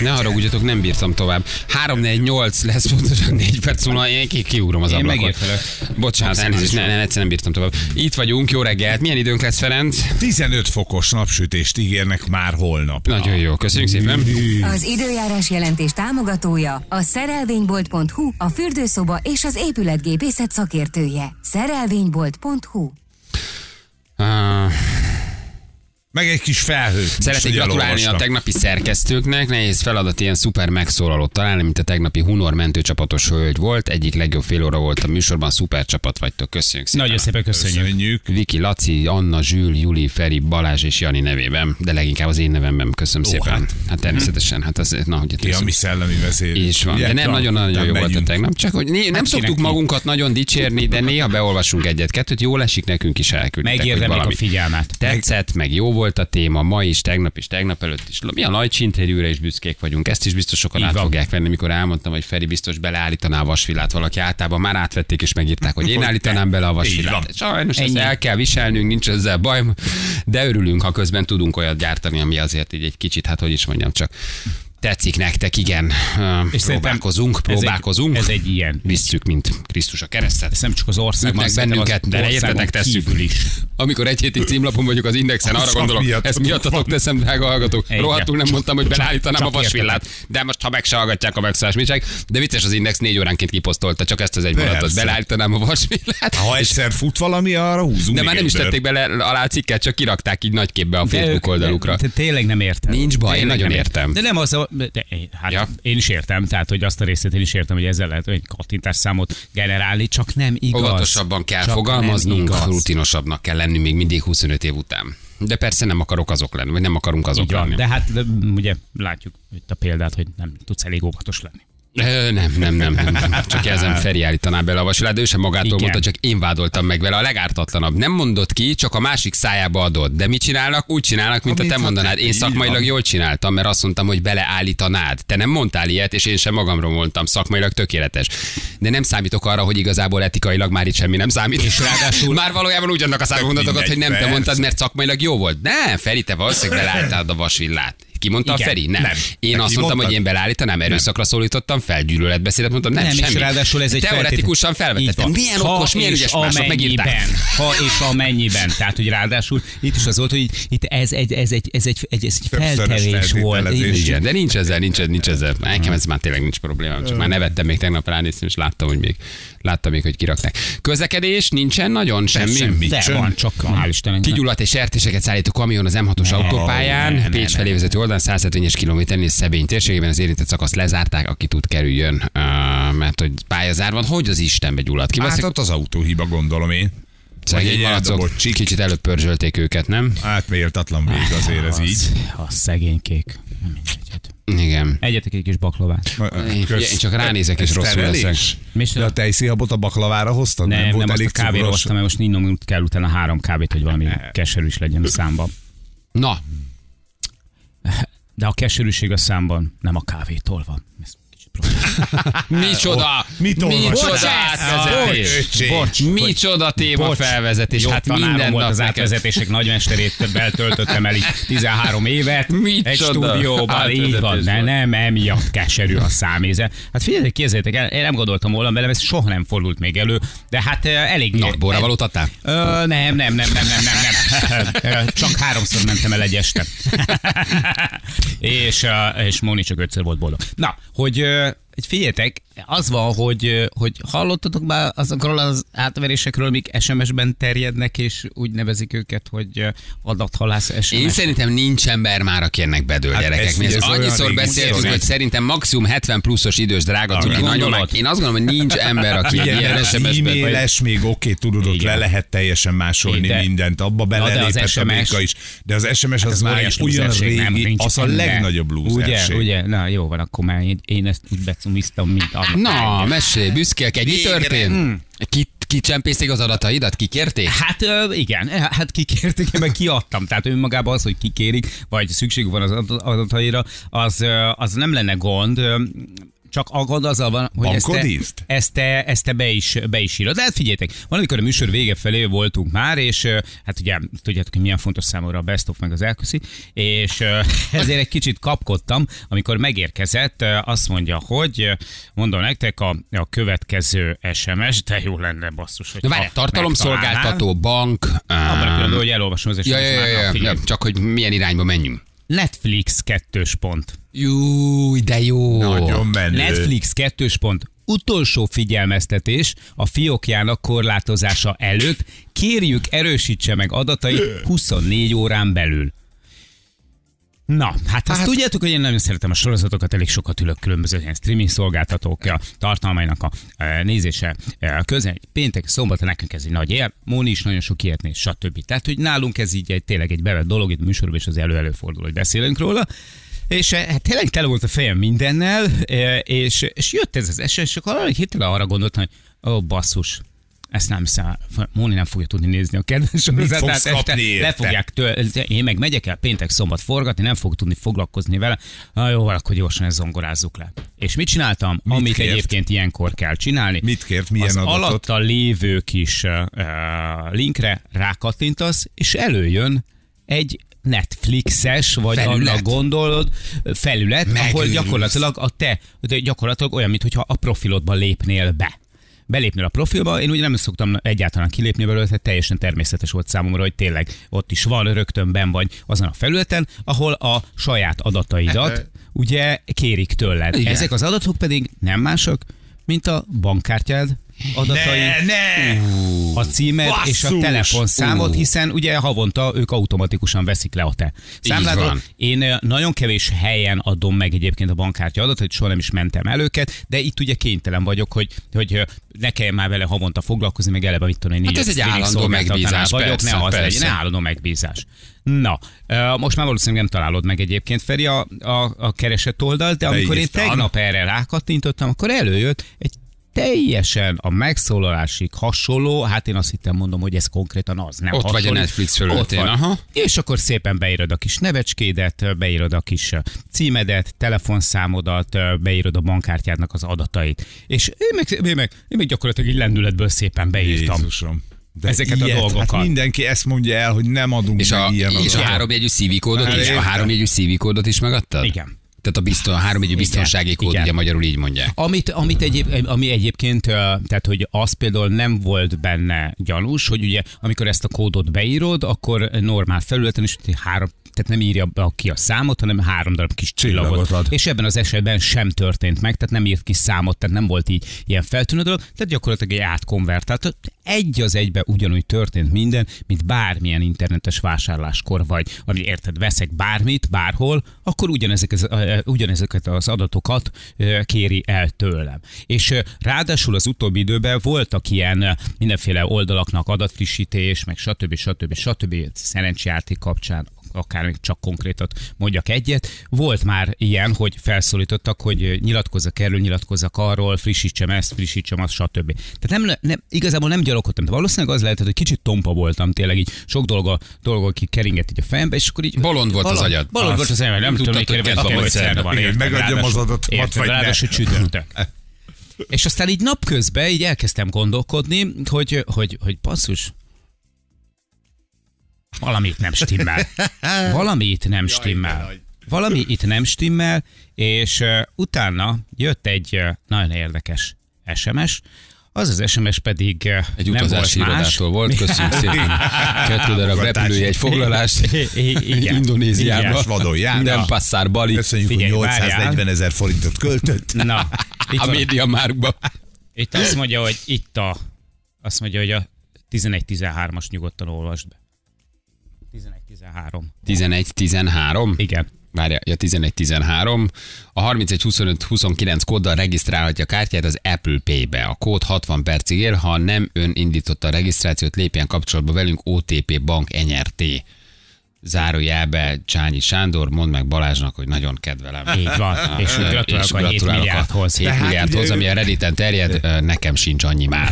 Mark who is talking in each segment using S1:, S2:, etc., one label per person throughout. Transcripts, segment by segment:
S1: Ne haragudjatok, nem bírtam tovább. 3-4-8 lesz pontosan 4 perc múlva, én kiugrom az ablakot.
S2: Megértelek.
S1: Bocsánat, elnézést, egyszer nem bírtam tovább. Itt vagyunk, jó reggelt. Milyen időnk lesz, Ferenc?
S3: 15 fokos napsütést ígérnek már holnap.
S1: Nagyon jó, köszönjük szépen.
S4: Az időjárás jelentés támogatója a szerelvénybolt.hu, a fürdőszoba és az épületgépészet szakértője. Szerelvénybolt.hu.
S3: Meg egy kis felhő.
S1: Szeretnék gratulálni a tegnapi szerkesztőknek, nehéz feladat ilyen szuper megszólalót találni, mint a tegnapi Hunor mentőcsapatos hölgy volt. Egyik legjobb fél óra volt a műsorban, szuper csapat vagytok. Köszönjük szépen.
S2: Nagyon szépen köszönjük.
S1: Viki, Laci, Anna, Zsül, Juli, Feri, Balázs és Jani nevében, de leginkább az én nevemben. Köszönöm szépen. Hát természetesen, hát az, na, hogy
S3: a mi szellemi vezér.
S1: Így van, de nem nagyon jó volt a tegnap. Csak hogy nem szoktuk magunkat nagyon dicsérni, de néha beolvasunk egyet-kettőt, jól esik nekünk is elküldtek.
S2: Megérdemlik a figyelmet.
S1: Tetszett, meg jó volt a téma, ma is, tegnap előtt is. Mi a Lajcs interjúra is büszkék vagyunk. Ezt is biztos sokan át fogják venni, mikor elmondtam, hogy Feri biztos beleállítaná a vasvillát. Valaki általában már átvették és megírták, hogy én állítanám bele a vasvillát. Sajnos ezt el kell viselnünk, nincs ezzel baj, de örülünk, ha közben tudunk olyat gyártani, ami azért így egy kicsit, hát hogy is mondjam, csak tetszik nektek, igen. És próbálkozunk.
S2: Ez egy ilyen.
S1: Visszük, mint Krisztus a keresztet.
S2: Ez nem csak az országban,
S1: bennünket, de értetek tesszük
S2: is.
S1: Amikor egy hétig címlapon vagyok az Indexen, arra gondolok, ezt miattatok teszem, drága hallgatók. Rohadtul nem mondtam, hogy beleállítanám a vasvillát. De most, ha meg se hallgatják a megszólásműség, de vicces, az Index 4 óránként kiposztolta, csak ezt az egy mondatot. Beleállítanám a vasvillát.
S3: Ha egyszer fut valami, arra húzunk.
S1: De már nem is tették bele alá a cikket, csak kirakták így nagyképbe a Facebook oldalukra.
S2: Tényleg nem értem.
S1: Nincs baj, én nagyon értem.
S2: De nem az én is értem, tehát hogy azt a részét én is értem, hogy ezzel lehet egy kattintásszámot generálni, csak nem igaz.
S1: Óvatosabban kell fogalmaznunk, rutinosabbnak kell lenni még mindig 25 év után. De persze nem akarok azok lenni, vagy nem akarunk azok lenni.
S2: De hát ugye látjuk itt a példát, hogy nem tudsz elég óvatos lenni.
S1: Nem. Csak ezen Feri állítaná bele a vasvillát, de ő sem magától mondta, csak én vádoltam meg vele a legártatlanabb. Nem mondott ki, csak a másik szájába adott. De mit csinálnak? Úgy csinálnak, mint a te mondanád. Én szakmailag jól csináltam, mert azt mondtam, hogy beleállítanád. Te nem mondtál ilyet, és én sem magamról mondtam. Szakmailag tökéletes. De nem számítok arra, hogy igazából etikailag már itt semmi nem számít. És ráadásul már valójában ugyannak a számomondatokat, hogy nem te mondtad, mert szakmailag jó volt. Nem, Feri, te valószínűleg beleálltad a vasvillát. Ki mondta a Feri? Nem. Én azt mondtam, hogy én belállítanám, erőszakra szólítottam fel, gyűlöletbeszédet mondtam, nem semmi.
S2: És ráadásul ez egy
S1: teoretikusan felvetettem. Milyen okos, milyen ügyes, mások megírták.
S2: Ha és amennyiben. Tehát, hogy ráadásul itt is az volt, hogy itt ez egy feltevés volt.
S1: Igen, de nincs ezzel. Nekem ez már tényleg nincs probléma. Csak már nevettem, még tegnap ránéztem, és láttam még, hogy kirakták. Közlekedés nincsen nagyon semmi.
S2: De van, csak hál' Istennek.
S1: Kigyulladt és sertéseket szállító kamion az M6-os autópályán, Pécs felé vezető oldalán 170-es kilométernél Szebény térségében az érintett szakaszt lezárták, aki tud kerüljön, mert hogy pályazár van. Hogy az Istenbe gyulladt ki?
S3: Hát ott az autóhiba, gondolom én.
S1: Szegény malacok, kicsit előbb pörzsölték őket, nem?
S3: Hát méltatlan vég azért ez így.
S2: A szegénykék.
S1: Igen.
S2: Egyetek egy kis baklavát.
S1: Én csak ránézek és rosszul leszek.
S3: De a tejszínhabot a baklavára hoztad?
S2: Nem azt a kávéra hoztam, mert most innom kell utána 3 kávét, hogy valami keserű is legyen a számban.
S1: Na.
S2: De a keserűség a számban nem a kávétól van.
S1: Micsoda átvezetés. Micsoda téma felvezetés. Hát minden
S2: volt az átvezetések nagymesterét beltöltöttem el 13 évet. Egy stúdióban, így van. Nem emiatt keserű a száméze. Hát figyeljetek, képzeljétek el, én nem gondoltam volna velem, ez soha nem fordult még elő, de hát elég...
S1: Napborra valót adtál?
S2: Nem. Csak 3-szor mentem el egy este. És Móni csak 5-ször volt boldog. Na, hogy figyeljetek, az van, hogy hallottatok már azokról az átverésekről, amik SMS-ben terjednek, és úgy nevezik őket, hogy adathalász SMS.
S1: Én szerintem nincs ember már, aki ennek bedől, gyerekek. Mi annyiszor beszéltünk, hogy szerintem maximum 70 pluszos idős drága cuki nagyon. Én azt gondolom, hogy nincs ember, aki ilyen SMS-ben...
S3: E-mailes még oké, tudod, ott le lehet teljesen másolni mindent, abba belelépett a béka is. De az SMS az már olyan régi, az a legnagyobb lúzerség.
S2: Ugye? Na jó van, akkor már én ezt úgy becumiztam, mint
S1: na, mesélj, büszkélkedj, mi történt? Kicsempészték az adataidat? Kikérték?
S2: Hát igen, kikérték, meg kiadtam. Tehát önmagában az, hogy kikérik, vagy szükség van az adataira, az nem lenne gond. Csak a gond azzal van, hogy ezt te be is írod. De hát figyeljetek, valamikor a műsor vége felé voltunk már, és hát ugye tudjátok, hogy milyen fontos számomra a best of meg az elköszi, és ezért egy kicsit kapkodtam, amikor megérkezett, azt mondja, hogy mondom nektek a következő SMS, de jó lenne basszus, hogy
S1: tartalomszolgáltató, bank.
S2: Abban a pillanatban, hogy elolvasom az SMS-t.
S1: Csak hogy milyen irányba menjünk.
S2: Netflix 2. pont.
S1: Jú, de jó.
S3: Nagyon menő.
S2: Netflix 2. pont. Utolsó figyelmeztetés a fiókjának korlátozása előtt. Kérjük, erősítse meg adatait 24 órán belül. Na, hát azt tudjátok, hogy én nagyon szeretem a sorozatokat, elég sokat ülök különböző ilyen streaming szolgáltatók tartalmainak a nézése közel. Péntek, szombaton nekünk ez egy nagy él, Móni is nagyon sok ilyet néz, stb. Tehát, hogy nálunk ez így tényleg egy bevett dolog, itt a műsorban is az előfordul, hogy beszélünk róla. És hát tényleg tele volt a fejem mindennel, és jött ez az SMS, és akkor hirtelen arra gondoltam, hogy basszus, ezt nem hiszem, Móni nem fogja tudni nézni a kedves sorozatát. Le fogják én meg megyek el péntek, szombat forgatni, nem fog tudni foglalkozni vele. Jó, akkor gyorsan ezt zongorázzuk le. És mit csináltam? Amit egyébként ilyenkor kell csinálni.
S3: Mit kért? Milyen
S2: az
S3: adatot?
S2: alatta lévő kis linkre rákattintasz, és előjön egy Netflixes, vagy annak gondolod, felület, ahol gyakorlatilag olyan, mintha a profilodba lépnél be. Belépnél a profilba, én ugye nem szoktam egyáltalán kilépni belőle, tehát teljesen természetes volt számomra, hogy tényleg ott is van, rögtön benn vagy azon a felületen, ahol a saját adataidat ugye kérik tőled. Igen. Ezek az adatok pedig nem mások, mint a bankkártyád adatai, a címed és a telefonszámod, hiszen ugye havonta ők automatikusan veszik le a te számládról. Én nagyon kevés helyen adom meg egyébként a bankkártya adatot, soha nem is mentem el őket, de itt ugye kénytelen vagyok, hogy ne kelljen már vele havonta foglalkozni, meg eleve mit tudom én.
S1: Hát ez egy állandó megbízás,
S2: vagyok, ne az legyen, állandó megbízás. Na, most már valószínűleg nem találod meg egyébként, Feri, a keresett oldalt, de amikor én tegnap erre rákattintottam, akkor előjött egy teljesen a megszólalásig hasonló, hát én azt hittem mondom, hogy ez konkrétan az, nem
S1: ott
S2: hasonló.
S1: Vagy a Netflix fölöttén, aha.
S2: És akkor szépen beírod a kis nevecskédet, beírod a kis címedet, telefonszámodat, beírod a bankkártyádnak az adatait. És én meg gyakorlatilag így lendületből szépen beírtam.
S3: Jézusom. De
S2: ezeket a dolgokat.
S3: Hát mindenki ezt mondja el, hogy nem adunk
S1: és
S3: meg ilyen
S1: adatot. És a 3 jegyű CV kódot is? A 3 jegyű CV kódot is megadtad?
S2: Igen.
S1: Tehát a 3 jegyű biztonsági kód, ugye magyarul így mondják.
S2: Ami egyébként, tehát hogy az például nem volt benne gyanús, hogy ugye amikor ezt a kódot beírod, akkor normál felületen is tehát nem írja ki a számot, hanem 3 darab kis csillagot. És ebben az esetben sem történt meg, tehát nem írt ki számot, tehát nem volt így ilyen feltűnő dolog, tehát gyakorlatilag egy átkonvertált. Egy az egybe ugyanúgy történt minden, mint bármilyen internetes vásárláskor vagy, ami érted, veszek bármit, bárhol, akkor ugyanezeket az adatokat kéri el tőlem. És ráadásul az utóbbi időben voltak ilyen mindenféle oldalaknak adatfrissítés, meg stb. Szerencsejáték kapcsán, akár még csak konkrétat mondjak egyet. Volt már ilyen, hogy felszólítottak, hogy nyilatkozzak erről, nyilatkozzak arról, frissítsem ezt, frissítsem azt, stb. Tehát igazából nem gyalogoltam. De valószínűleg az lehetett, hogy kicsit tompa voltam, tényleg így sok dolgok így keringett így a fejembe, és akkor így...
S1: Bolond volt az agyad.
S2: Bolond volt az agyad, nem tudtam, hogy
S3: megadjam az adatot, vagy ne.
S2: Csütörtök. És aztán így napközben így elkezdtem gondolkodni, hogy basszus, valami itt nem stimmel. Valami itt nem stimmel, és utána jött egy nagyon érdekes SMS, az SMS pedig
S1: egy utazási irodától volt, köszönjük szépen. 2 darab repülőjegy foglalást Indonéziába. Minden passzár Bali.
S3: Köszönjük, hogy 840 000 forintot költött.
S2: Na,
S1: a MediaMarktba.
S2: Itt azt mondja, hogy a 11-13-as nyugodtan olvasd be. 11-13.
S1: 11-13?
S2: Igen.
S1: Várja, 11-13. A 31-25-29 kóddal regisztrálhatja a kártyát az Apple Pay-be. A kód 60 percig ér, ha nem ön indította a regisztrációt, lépjen kapcsolatba velünk, OTP Bank NRT. zárójelbe Csányi Sándor, mondd meg Balázsnak, hogy nagyon kedvelem.
S2: Így van, és gratulálok a 7 milliárdhoz.
S1: 7 milliárdhoz, ami a Redditen terjed, nekem sincs annyi már.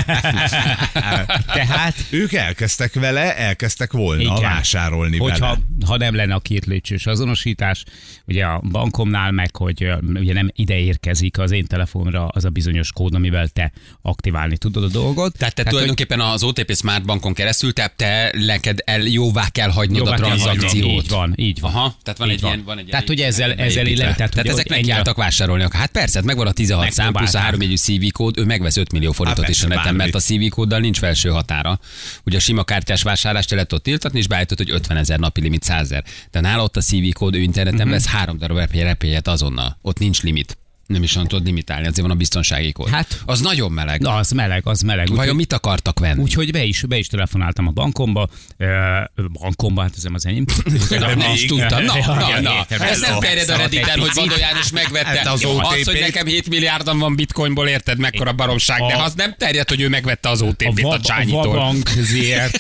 S3: Tehát ők elkezdtek volna vásárolni
S2: vele. Ha nem lenne a 2 lépcsős azonosítás, ugye a bankomnál meg, hogy ugye nem ide érkezik az én telefonra az a bizonyos kód, amivel te aktiválni tudod a dolgot.
S1: Tehát tulajdonképpen az OTP Smart Bankon keresztül te neked jóvá kell hagynod a tranzakciót.
S2: Így van.
S1: Aha, tehát van egy ilyen.
S2: Tehát, hogy ezzel
S1: tehát ezek nekiálltak vásárolni. Hát persze, megvan a 16 szám plusz a 3 jegyű CV kód, ő megvesz 5 millió forintot is a neten, mert a CV kóddal nincs felső határa. Ugye a sima kártyás vásárlást lehet ott tiltatni, és beállított, hogy 50 000 napi limit 100 000. De nála ott a CV kód, ő interneten vesz 3 darab repélyet azonnal. Ott nincs limit. Nem is tudod limitálni, azért van a biztonsági kód. Hát, az nagyon meleg.
S2: Na, az meleg.
S1: Vajon mit akartak venni?
S2: Úgyhogy be is telefonáltam a bankomba. Hát ez nem az enyém.
S1: Nem is tudtam. Na. Ez nem terjed a Redditen, hogy Vadó János megvette. Az, hogy nekem 7 milliárdan van bitcoinból, érted, mekkora baromság, de az nem terjed, hogy ő megvette az OTP-t a Csányitól.
S2: A Vabank ZRT.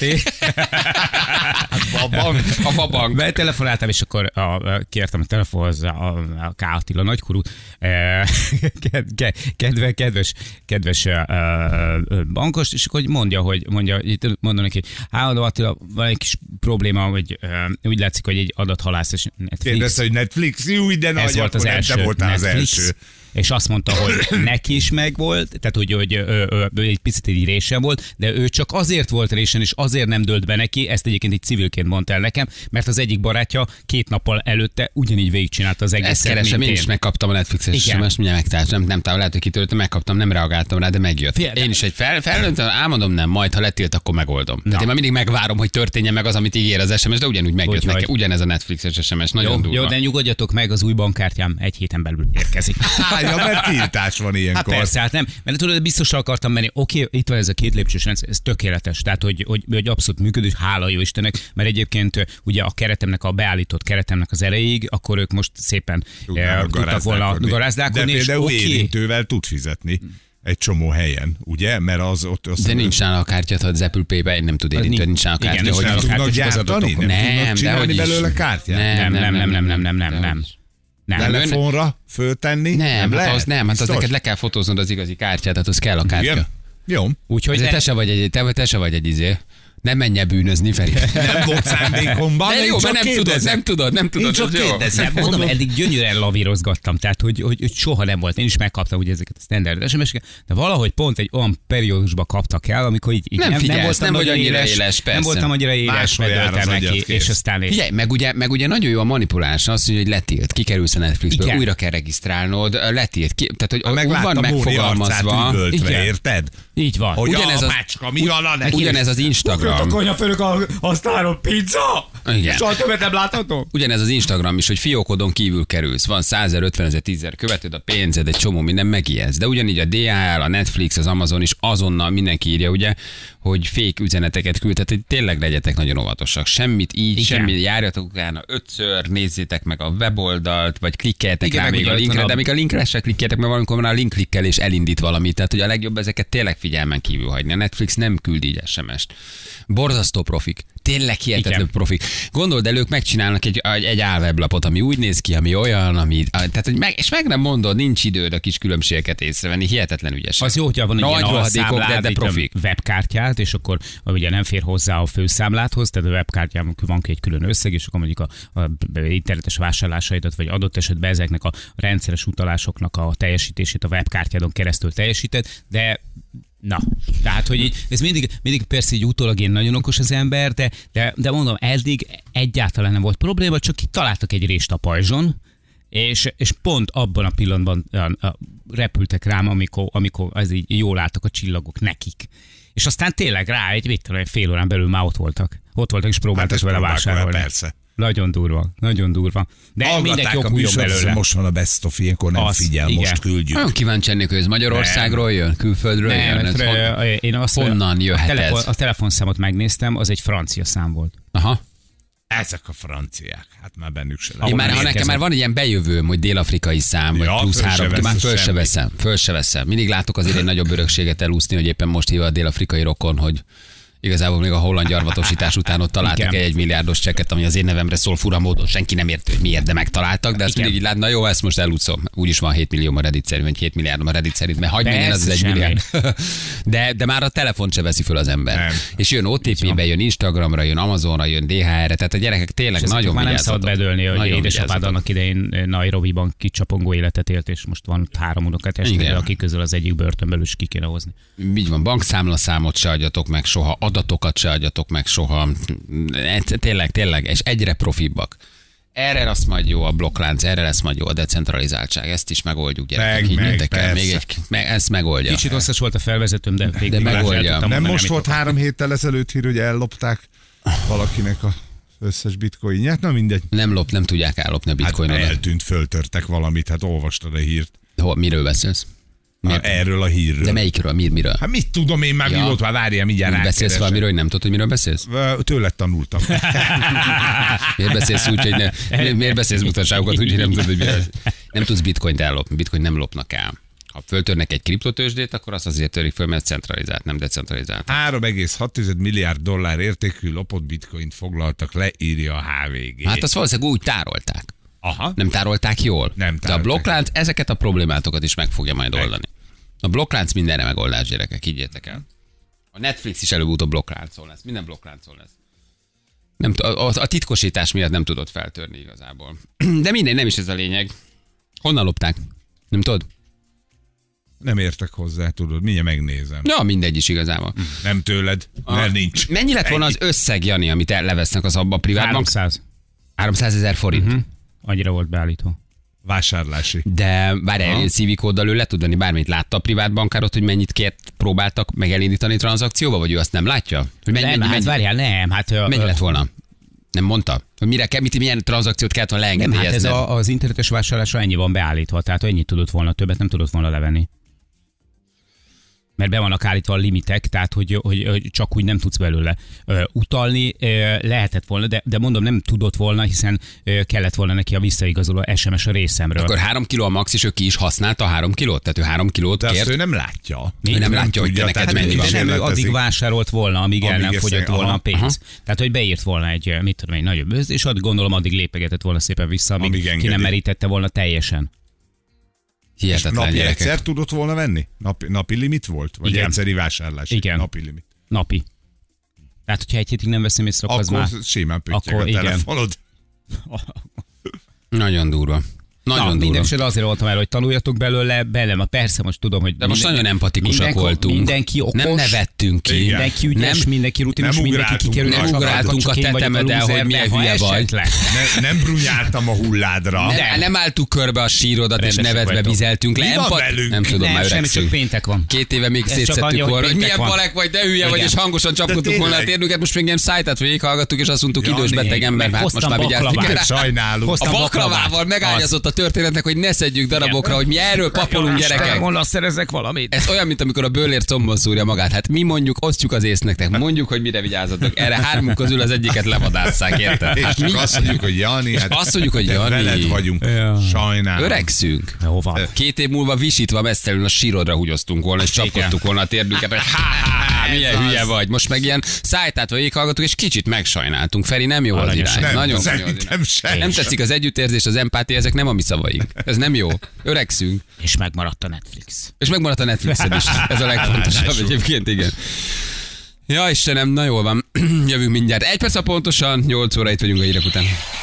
S1: A Vabank.
S2: Betelefonáltam, és akkor kértem a telefonhoz a K. Attila nagykorú. Kedves bankos, és akkor mondja, mondom neki, Attila, van egy kis probléma, hogy úgy látszik, hogy egy adathalász és Netflix.
S3: Kérdezte, hogy Netflix, jó, de nagy,
S2: ez volt az első.
S3: Te voltál Netflix, az első.
S2: És azt mondta, hogy neki is megvolt, tehát hogy egy picit egy résen volt, de ő csak azért volt résen, és azért nem dőlt be neki, ezt egyébként egy civilként mondta el nekem, mert az egyik barátja 2 nappal előtte ugyanígy végigcsinálta az egészet.
S1: Ezt keresem, én is megkaptam a Netflixes SMS, mindjárt megtártam, nem lehet, hogy kitöröltem, megkaptam, nem reagáltam rá, de megjött. Én is egy felöltem, álmodom, nem, majd ha letilt, akkor megoldom. Tehát én már mindig megvárom, hogy történjen meg az, amit ígér az SMS, de ugyanúgy megjött nekem, ugyanez a Netflixes SMS, nagyon durva.
S2: Jó, de nyugodjatok meg, az új bankkártyám 1 héten belül érkezik.
S3: Ja, mert tiltás van ilyenkor.
S2: Hát persze, hát nem. Mert tudod, biztos akartam menni, oké, itt van ez a 2 lépcsős rendszer, ez tökéletes. Tehát, hogy abszolút működő, hála jó Istennek, mert egyébként ugye a keretemnek, a beállított keretemnek az erejéig, akkor ők most szépen tudtak volna garázdálkodni.
S3: De például érintővel tud fizetni. Egy csomó helyen, ugye? Mert az ott...
S1: De nincs nála a kártyát, ha az Apple Pay-ben nem tud érinteni, nincs nála a kártya.
S3: Igen, nem tudnak gyártani? Nem tudnak csinálni belőle kártyát?
S2: Nem.
S3: Telefonra föltenni?
S1: Nem lehet? Hát az neked le kell fotóznod az igazi kártyát, tehát az kell a kártya. Igen.
S3: Jó.
S1: Úgyhogy te se vagy egy izé. Nem menj el bűnözni, Feri.
S3: Nem volt szándékomban.
S1: De jó, mert nem tudod.
S3: Én csak kérdezem.
S2: Mondom, eddig gyönyörűen lavírozgattam, tehát hogy soha nem volt. Én is megkaptam ugye ezeket a standard SMS-eket, de valahogy pont egy olyan periódusba kaptak el, amikor így
S1: nem voltam annyira éles, persze.
S2: Nem voltam annyira éles, megöltem neki, és aztán...
S1: Figyelj, meg ugye nagyon jó a manipulálás, az, hogy letilt, kikerülsz a Netflixből, újra kell regisztrálnod, letilt, tehát hogy van megfogalmazva.
S3: Érted?
S2: Így van.
S1: Ugyanez az Instagram.
S2: A konyhafőnök azt 3 pizza?
S1: Igen.
S2: Soha többet nem láthatom?
S1: Ugyanez az Instagram is, hogy fiókodon kívül kerülsz. Van 100 000, 50 000, 10 000 követőd, a pénzed, egy csomó minden megijedsz. De ugyanígy a DHL, a Netflix, az Amazon is azonnal mindenki írja, ugye, hogy fake üzeneteket küld. Tehát tényleg legyetek nagyon óvatosak. Semmit így, semmit járjatok utána 5-ször, nézzétek meg a weboldalt, vagy klikkeljetek rá még a linkre, de még a linkre se klikkeljetek, mert valamikor már a link klikkelés elindít valamit. Tehát, hogy a legjobb ezeket tényleg figyelmen kívül hagyni. A Netflix nem küld így SMS-t. Borzasztó profik. Tényleg hihetetlen profik. Gondold el, ők megcsinálnak egy álweblapot, ami úgy néz ki, ami olyan, ami... Tehát, hogy meg nem mondod, nincs időd a kis különbségeket észrevenni, hihetetlen ügyesek.
S2: Az jó, hogyha van egy ilyen alszámlád,
S1: de profik.
S2: Webkártyát, és akkor ugye nem fér hozzá a főszámládhoz, tehát a webkártyában van egy külön összeg, és akkor mondjuk a internetes vásárlásaidat, vagy adott esetben ezeknek a rendszeres utalásoknak a teljesítését a webkártyádon keresztül teljesíted, de na, tehát, hogy így, ez mindig persze így utólag én nagyon okos az ember, de mondom, eddig egyáltalán nem volt probléma, csak találtak egy rést a pajzson, és pont abban a pillanatban repültek rám, amikor az így jól álltak a csillagok nekik. És aztán tényleg rá egy fél órán belül már ott voltak és próbáltak vele vásárolni.
S3: Persze.
S2: Nagyon durva. De mindenki jobb hújon belőle.
S3: Most van a best of, ilyenkor nem figyel, igen. Most küldjük.
S1: Nagyon kíváncsi ennék, hogy ez Magyarországról jön, külföldről jön.
S2: Én
S1: honnan jöhet ez?
S2: A telefonszámot megnéztem, az egy francia szám volt.
S1: Aha.
S3: Ezek a franciák, hát már bennük se lehet.
S1: Ha nekem már van ilyen bejövőm, hogy dél-afrikai szám, vagy plusz 3, már föl se veszem. Mindig látok azért egy nagyobb örökséget elúszni, hogy éppen most hív a dél-afrikai rokon, hogy Igazából még a holland gyarmatosítás után ott találtak egy 1 milliárdos csekket, ami az én nevemre szól fura módon, senki nem érti, hogy miért, de megtaláltak, de ezt mindig így lát, na jó, ezt most elúszom. Úgyis van 7 millió a Reddit szerint, vagy 7 milliárd a Reddit szerint, mert hagyd menjen az 1 milliárd. De már a telefont se veszi föl az ember. Nem. És jön OTP-be, jön Instagramra, jön Amazonra, jön DHR-re, tehát a gyerekek tényleg nagyon
S2: már nem
S1: vigyázzatok.
S2: szabad bedőlni, hogy édesapád annak idején Nairobiban kicsapongó életet élt, és most van 3 unokatestvére, akik közül az egyik börtönből is ki kéne hozni.
S1: Így van, bankszámlaszámot se adjatok meg soha, adatokat se adjatok meg soha. Tényleg, és egyre profibbak. Erre lesz majd jó a blokklánc, erre lesz majd jó a decentralizáltság. Ezt is megoldjuk, gyerekek. Higgyétek el, ezt megoldja.
S2: Kicsit hosszas volt a felvezetőm, de
S1: megoldja.
S3: Nem most volt 3 héttel ezelőtt hír, hogy ellopták valakinek a összes bitcoinját, na mindegy.
S1: Nem tudják ellopni a bitcoinodat.
S3: Hát eltűnt, föltörtek valamit, hát olvastad a hírt.
S1: Miről beszélsz?
S3: Erről a hírről.
S1: De melyikről? Miről?
S3: Hát mit tudom én már, mi volt, már várjál, mindjárt rákeresek.
S1: Beszélsz valamiről, hogy nem tudod, hogy miről beszélsz?
S3: Tőled tanultam.
S1: Miért beszélsz úgy, hogy miért beszélsz mutatságokat, úgy, hogy nem tudod, hogy miről? Nem tudsz bitcoint ellopni, bitcoin nem lopnak el. Ha föltörnek egy kriptotőzsdét, akkor azt azért törik föl, mert centralizált, nem decentralizált.
S3: 3,6 milliárd dollár értékű lopott bitcoint foglaltak le, írja a HVG.
S1: Hát azt valószínűleg úgy tárolták.
S3: Aha.
S1: Nem tárolták jól.
S3: De
S1: a blokklánc ezeket a problémátokat is meg fogja majd oldani. A blokklánc mindenre megoldás, gyerekek, higgyétek el. A Netflix is előbb-utóbb blokkláncol lesz. Minden blokkláncol lesz. Nem, a titkosítás miatt nem tudod feltörni igazából. De mindegy, nem is ez a lényeg. Honnan lopták? Nem tudod?
S3: Nem értek hozzá, tudod, mindjárt megnézem.
S1: Ja, mindegy is igazából.
S3: Nem tőled, mert nincs.
S1: Mennyi lett volna az összeg, Jani, amit levesznek az abba a privátbank?
S2: 300
S1: 000 forint.
S2: Annyira volt beállítva.
S3: Vásárlási.
S1: De várjál, CV kóddal ő le tud venni bármit. Látta a privát bankárot, hogy mennyit kért, próbáltak megelindítani tranzakcióba, vagy ő azt nem látja? Hogy
S2: várjál, nem.
S1: Mennyi lett volna? Nem mondta? Hogy mire kell, milyen tranzakciót kellett volna leengedélyezni?
S2: Nem, hát ez az internetes vásárlásra ennyi van beállítva, tehát ennyit tudott volna, többet nem tudott volna levenni. Mert be vannak állítva a limitek, tehát hogy csak úgy nem tudsz belőle utalni. Lehetett volna, de mondom, nem tudott volna, hiszen kellett volna neki a visszaigazoló SMS a részemről.
S1: Akkor 3 kiló a max, és ő ki is használta a 3 kilót? Tehát ő 3 kilót kért?
S3: De azt ő nem látja.
S1: Ő nem látja, hogy neked mennyi van.
S2: Nem, ő addig vásárolt volna, amíg el nem fogyott volna a pénz. Tehát, hogy beírt volna egy nagyobb összeget, és gondolom addig lépegetett volna szépen vissza, amíg ki nem merítette volna teljesen.
S1: Hihetetlen,
S3: napi
S1: gyerekek.
S3: egyszer tudott volna venni? Napi limit volt? Vagy egyszeri vásárlás?
S2: Igen.
S3: Napi limit.
S2: Napi. Tehát, hogyha egy hétig nem veszem észre,
S3: akkor
S2: az már...
S3: simán pöttyeg a telefonod.
S1: Nagyon durva. Nagyon
S2: mindenesetre azért voltam el, hogy tanuljatok belőle, persze most tudom, hogy...
S1: De most nagyon empatikusak voltunk.
S2: Mindenki okos.
S1: Nem nevettünk ki.
S2: Mindenki ügyes, mindenki rutinos, mindenki kikerül.
S1: Nem ugráltunk a tetemedel, hogy milyen hülye vagy.
S3: Nem brunyáltam a hulládra.
S1: Nem álltuk körbe a sírodat, és nevetve vizeltünk le. Nem tudom, már
S2: semmi, csak péntek van.
S1: 2 éve még szétszettük volna, hogy milyen balek vagy, de hülye vagy, és hangosan csapkodtuk volna a térnünket. Most még ilyen szájtát végighallgattuk, és azt mondtuk, idős beteg ember, hát most már vigyáztunk rá.
S3: Sajnálunk.
S1: A baklavával megágyazott a történetnek, hogy ne szedjük darabokra, hogy mi erről papolunk, gyerekek.
S2: Volna szerezek valamit.
S1: Ez olyan, mint amikor a bőlér combon szúrja magát. Hát mi mondjuk, osztjuk az ész nektek, mondjuk, hogy mire vigyázzatok. Erre 3 közül az egyiket levadásszák, érted?
S3: Hát mi azt mondjuk, hogy Jani, hát
S1: azt mondjuk, hogy Jani.
S3: Veled vagyunk. Sajnálom.
S1: Öregszünk.
S2: Hova?
S1: 2 év múlva visítva messzelül a sírodra húgyoztunk volna, és csapkodtuk volna a térdünket, hogy milyen hülye vagy. Most meg ilyen szájtát végighallgatunk, és kicsit megsajnáltunk. Feri, nem jó az irány. Nagyon nem tetszik az együttérzés, az empátia, ezek nem a mi szavaink. Ez nem jó. Öregszünk.
S2: És megmaradt a Netflix.
S1: És megmaradt a Netflixed is. Ez a legfontosabb egyébként, igen. Ja, Istenem, na jól van. Jövünk mindjárt. 1 perc pontosan, 8 óra itt vagyunk a hírek után.